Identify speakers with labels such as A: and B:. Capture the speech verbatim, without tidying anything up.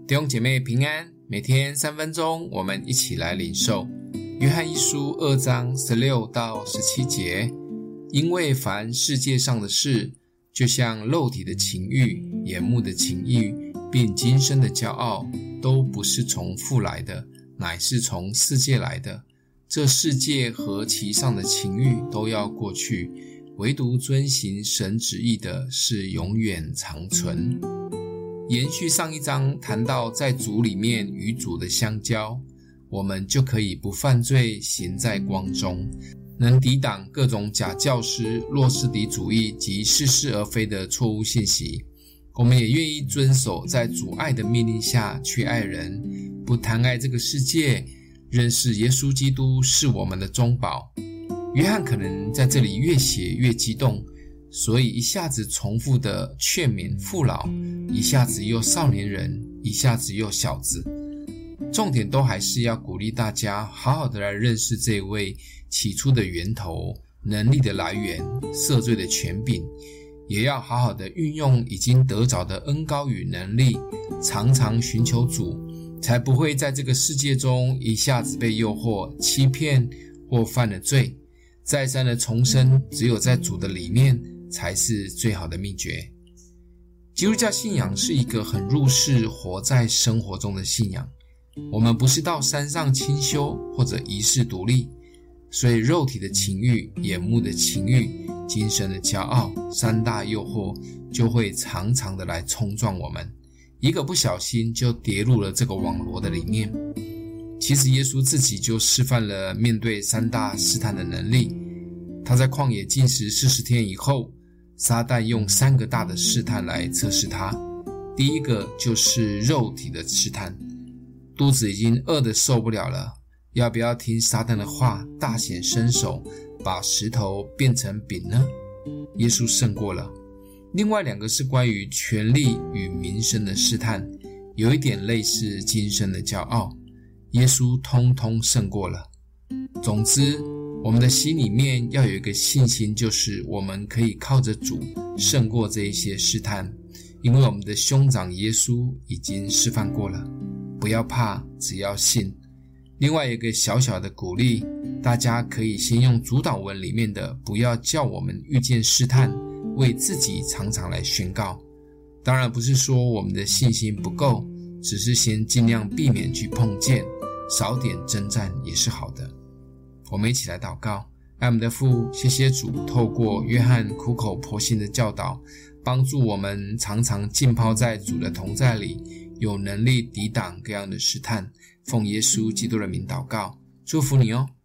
A: 弟兄姐妹平安，每天三分钟，我们一起来领受约翰一书二章十六到十七节。因为凡世界上的事，就像肉体的情欲、眼目的情欲，并今生的骄傲，都不是从父来的，乃是从世界来的。这世界和其上的情欲都要过去，唯独遵行神旨意的是永远长存。延续上一章谈到在主里面与主的相交，我们就可以不犯罪，行在光中，能抵挡各种假教师、诺斯底主义及似是而非的错误信息。我们也愿意遵守在主爱的命令下去爱人，不贪爱这个世界，认识耶稣基督是我们的中保。约翰可能在这里越写越激动，所以一下子重复的劝勉父老，一下子又少年人，一下子又小子。重点都还是要鼓励大家好好的来认识这位起初的源头、能力的来源、赦罪的权柄，也要好好的运用已经得着的恩膏与能力，常常寻求主，才不会在这个世界中一下子被诱惑、欺骗或犯了罪。再三的重生，只有在主的里面才是最好的秘诀。基督教信仰是一个很入世、活在生活中的信仰。我们不是到山上清修或者仪式独立，所以肉体的情欲、眼目的情欲、精神的骄傲，三大诱惑就会常常的来冲撞我们，一个不小心就跌入了这个网罗的里面。其实耶稣自己就示范了面对三大试探的能力。他在旷野禁食四十天以后，撒旦用三个大的试探来测试他。第一个就是肉体的试探，肚子已经饿得受不了了，要不要听撒旦的话，大显身手，把石头变成饼呢？耶稣胜过了。另外两个是关于权力与名声的试探，有一点类似今生的骄傲，耶稣通通胜过了。总之，我们的心里面要有一个信心，就是我们可以靠着主胜过这一些试探，因为我们的兄长耶稣已经示范过了。不要怕，只要信。另外有一个小小的鼓励，大家可以先用主祷文里面的不要叫我们遇见试探，为自己常常来宣告。当然不是说我们的信心不够，只是先尽量避免去碰见，少点征战也是好的。我们一起来祷告。爱我们的父，谢谢主透过约翰苦口婆心的教导，帮助我们常常浸泡在主的同在里，有能力抵挡各样的试探。奉耶稣基督的名祷告，祝福你哦。